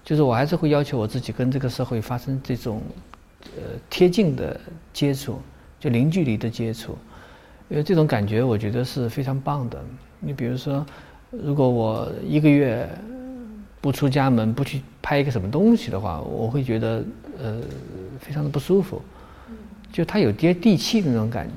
就是我还是会要求我自己跟这个社会发生这种贴近的接触，就零距离的接触，因为这种感觉我觉得是非常棒的。你比如说，如果我1个月不出家门，不去拍一个什么东西的话，我会觉得非常的不舒服，就它有接地气的那种感觉。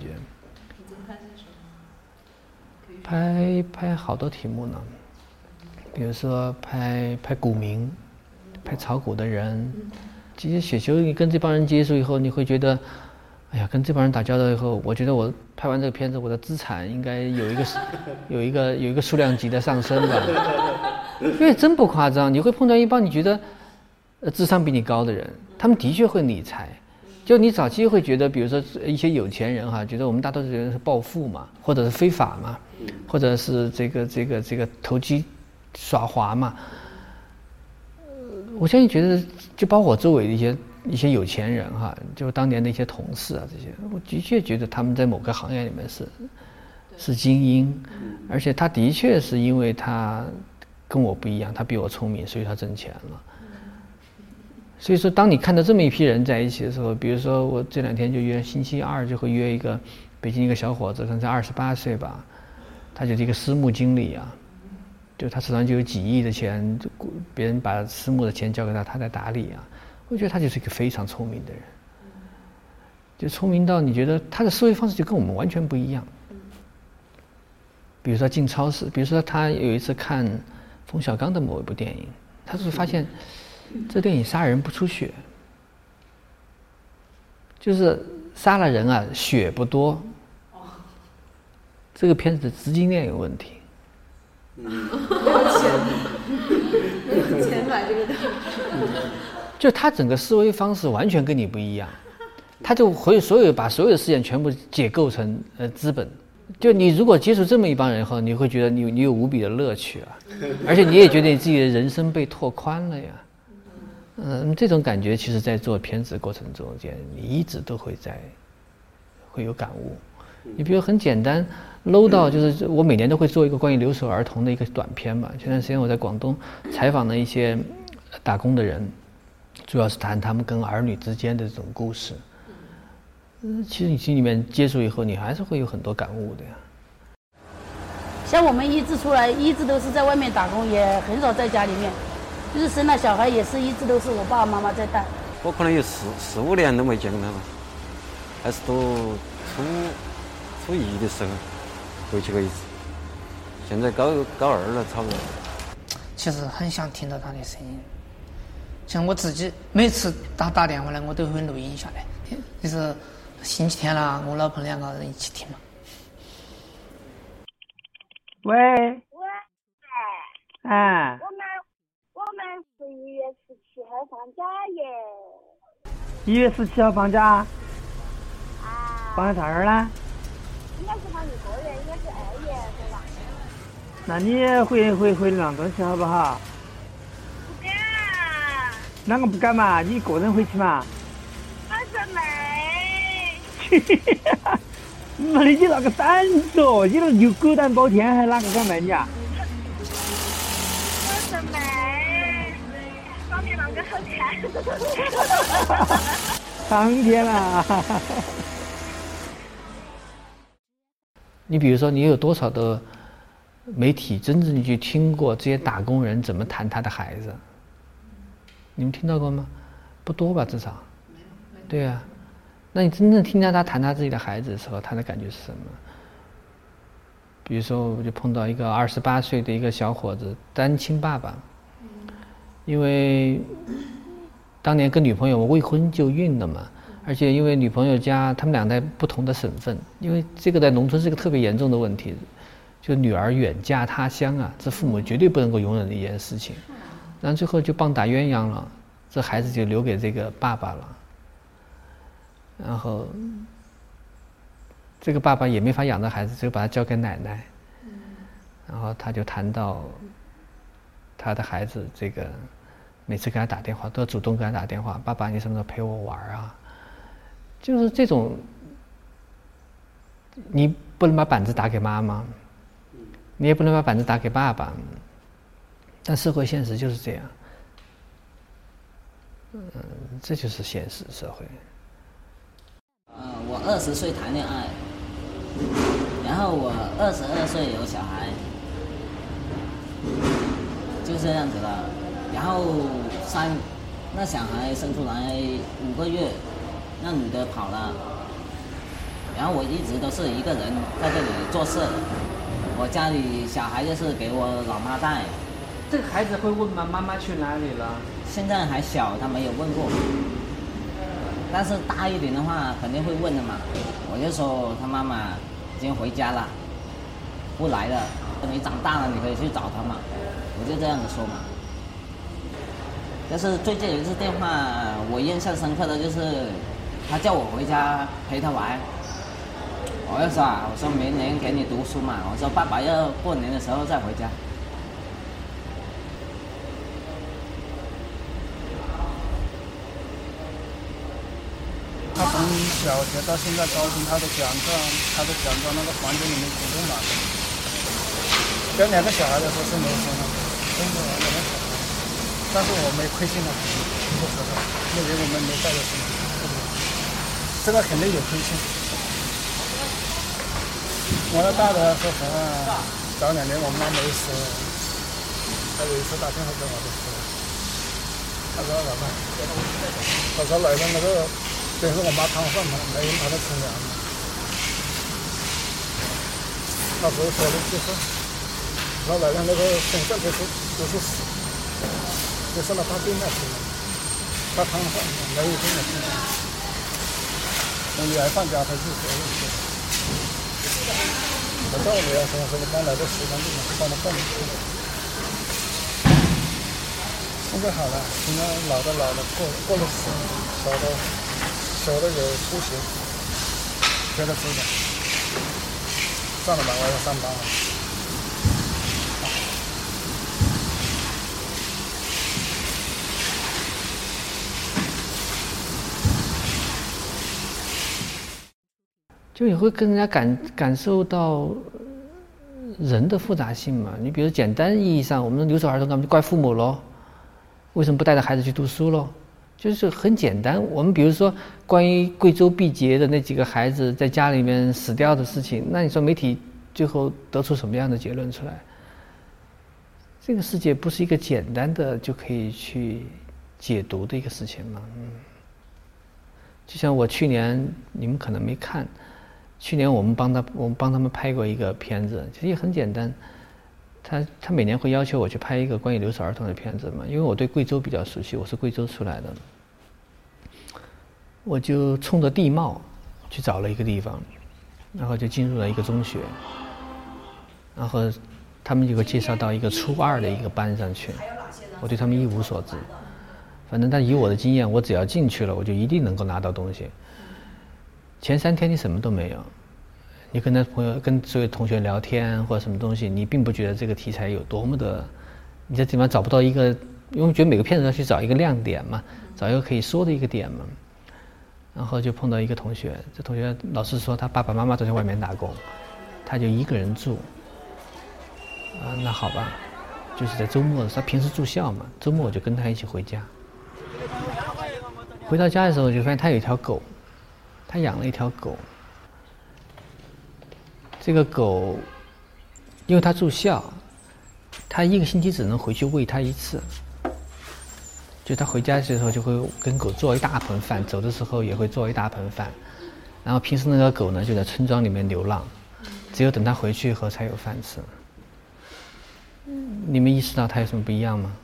拍好多题目呢，比如说拍古民，拍炒股的人。其实雪球你跟这帮人接触以后，你会觉得，哎呀，跟这帮人打交道以后，我觉得我拍完这个片子，我的资产应该有一个数量级的上升吧。因为真不夸张，你会碰到一帮你觉得智商比你高的人，他们的确会理财。就你早期会觉得，比如说一些有钱人哈，觉得我们大多数人是暴富嘛，或者是非法嘛，或者是这个投机耍滑嘛。我相信觉得，就包括我周围的一些有钱人哈，就当年的一些同事啊这些，我的确觉得他们在某个行业里面是精英，而且他的确是因为他跟我不一样，他比我聪明，所以他挣钱了。所以说，当你看到这么一批人在一起的时候，比如说我这2天就约星期二就会约一个北京一个小伙子，可能才28岁吧，他就是一个私募经理啊。就他手上就有几亿的钱，别人把私募的钱交给他，他在打理啊。我觉得他就是一个非常聪明的人，就聪明到你觉得他的思维方式就跟我们完全不一样。比如说进超市，比如说他有一次看冯小刚的某一部电影，他就发现这电影杀人不出血，就是杀了人啊，血不多。这个片子的资金链有问题。 没有钱买这个东西。 就他整个思维方式完全跟你不一样，他就会把所有的事件全部解构成资本。就你如果接触这么一帮人后，你会觉得你有无比的乐趣啊，而且你也觉得你自己的人生被拓宽了呀。这种感觉其实在做片子过程中间，你一直都会有感悟。你比如很简单 low 到就是我每年都会做一个关于留守儿童的一个短片嘛。前段时间我在广东采访了一些打工的人，主要是谈他们跟儿女之间的这种故事。其实你心里面接触以后，你还是会有很多感悟的呀。 像我们一直出来，一直都是在外面打工，也很少在家里面。就是生了小孩，也是一直都是我爸爸妈妈在带。 我可能有15年都没见过他们，还是都初1的时候回去过一次，现在高2了，差不多。 其实很想听到他的声音，像我自己每次打电话来，我都会录音下来，就是星期天啦，我老婆2个人一起听嘛。 喂。哎。 我们是1月17号放假耶。 1月17号放假？ 啊。 放在啥儿呢？ 应该是放1个月，应该是2月对吧？ 那你回量东西好不好？ 不敢。 啷个不敢嘛？你一个人回去嘛？ 我是妹。 妈的，你那个胆子哦！你那有狗胆包天，还哪个敢卖你啊？ 我是妹，上面那个好看。 上天了。 你比如说，你有多少的媒体真正去听过这些打工人怎么谈他的孩子？你们听到过吗？不多吧，至少。对啊，那你真正听到他谈他自己的孩子的时候，他的感觉是什么？比如说，我就碰到一个28岁的一个小伙子，单亲爸爸，因为当年跟女朋友未婚就孕了嘛。而且因为女朋友家他们俩在不同的省份，因为这个在农村是个特别严重的问题，就女儿远嫁他乡啊，这父母绝对不能够容忍的一件事情。然后最后就棒打鸳鸯了，这孩子就留给这个爸爸了。然后这个爸爸也没法养这孩子，就把他交给奶奶。然后他就谈到他的孩子，这个每次给他打电话都要主动给他打电话，爸爸你什么时候陪我玩啊？就是这种，你不能把板子打给妈妈，你也不能把板子打给爸爸，但社会现实就是这样。 这就是现实社会。 我20岁谈恋爱，然后我22岁有小孩，就这样子了。然后那小孩生出来5个月，那女的跑了，然后我一直都是一个人在这里做事。我家里小孩就是给我老妈带。 这个孩子会问吗？妈妈去哪里了？ 现在还小，他没有问过。但是大一点的话，肯定会问的嘛。我就说他妈妈已经回家了，不来了。你长大了，你可以去找他嘛。我就这样子说嘛。但是最近有一次电话，我印象深刻的就是他叫我回家陪他玩。我就说我说明年给你读书嘛。我说爸爸要过年的时候再回家。 他从小学到现在高中，他都讲在那个房间里面主动来的。有2个小孩的时候是没生的，生了2个小孩，但是我没亏心了，说实话，因为我们没带着生，这个肯定有亏心。我那大的说实话，早2年我妈没死，他有一次打电话跟我就说，他说老爸，他说来了那个。这是我妈汤饭嘛，没人把它吃凉了。那时候说的就是，老奶奶那个身上就是死，就是那大病那吃了，大汤饭没有这么吃的。我女儿放假她去学一学。我照理来说，这个刚来的时间就能帮她办理。现在好了，现在老了，过了死，小的有出息，觉得自己算了吧，我要上班了。 就你会更加感受到人的复杂性嘛。你比如简单意义上，我们留守儿童，咱们就怪父母咯，为什么不带着孩子去读书咯？就是很简单。我们比如说关于贵州毕节的那几个孩子在家里面死掉的事情，那你说媒体最后得出什么样的结论出来？这个世界不是一个简单的就可以去解读的一个事情吗？就像我去年，你们可能没看，去年我们帮他们拍过一个片子，其实也很简单。他每年会要求我去拍一个关于留守儿童的片子嘛，因为我对贵州比较熟悉，我是贵州出来的，我就冲着地貌去找了一个地方，然后就进入了一个中学，然后他们就给我介绍到一个初2的一个班上去，我对他们一无所知，反正但以我的经验，我只要进去了，我就一定能够拿到东西。前3天你什么都没有。你跟所有同学聊天或者什么东西，你并不觉得这个题材有多么的，你在地方找不到一个，因为觉得每个片子要去找一个亮点嘛，找一个可以说的一个点嘛。然后就碰到一个同学，这同学老师说他爸爸妈妈都在外面打工，他就一个人住。那好吧，就是在周末的时候，他平时住校嘛，周末我就跟他一起回家。回到家的时候，我就发现他有一条狗，他养了一条狗。这个狗，因为他住校，他1个星期只能回去喂它1次。就他回家的时候就会跟狗做一大盆饭，走的时候也会做一大盆饭。然后平时那个狗呢就在村庄里面流浪，只有等他回去以后才有饭吃。你们意识到它有什么不一样吗？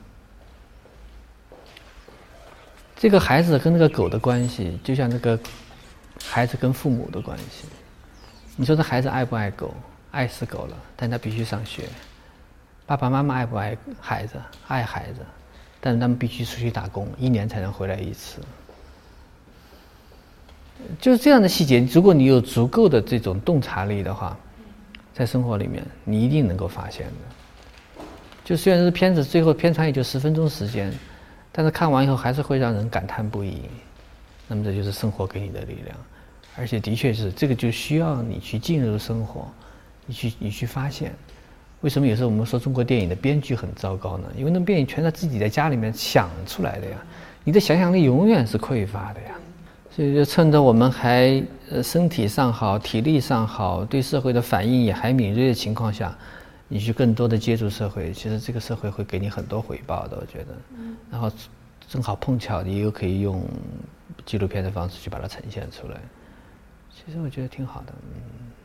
这个孩子跟那个狗的关系，就像那个孩子跟父母的关系。你说这孩子爱不爱狗？爱死狗了，但他必须上学。爸爸妈妈爱不爱孩子？爱孩子，但是他们必须出去打工，1年才能回来1次。就是这样的细节，如果你有足够的这种洞察力的话，在生活里面你一定能够发现的。就虽然这片子最后片长也就10分钟时间，但是看完以后还是会让人感叹不已。那么这就是生活给你的力量。而且的确是，这个就需要你去进入生活，你去发现。为什么有时候我们说中国电影的编剧很糟糕呢？因为那编剧全是自己在家里面想出来的呀。 你的想象力永远是匮乏的呀。所以就趁着我们还身体上好、体力上好、对社会的反应也还敏锐的情况下，你去更多的接触社会，其实这个社会会给你很多回报的，我觉得。然后正好碰巧你又可以用纪录片的方式去把它呈现出来，其实我觉得挺好的。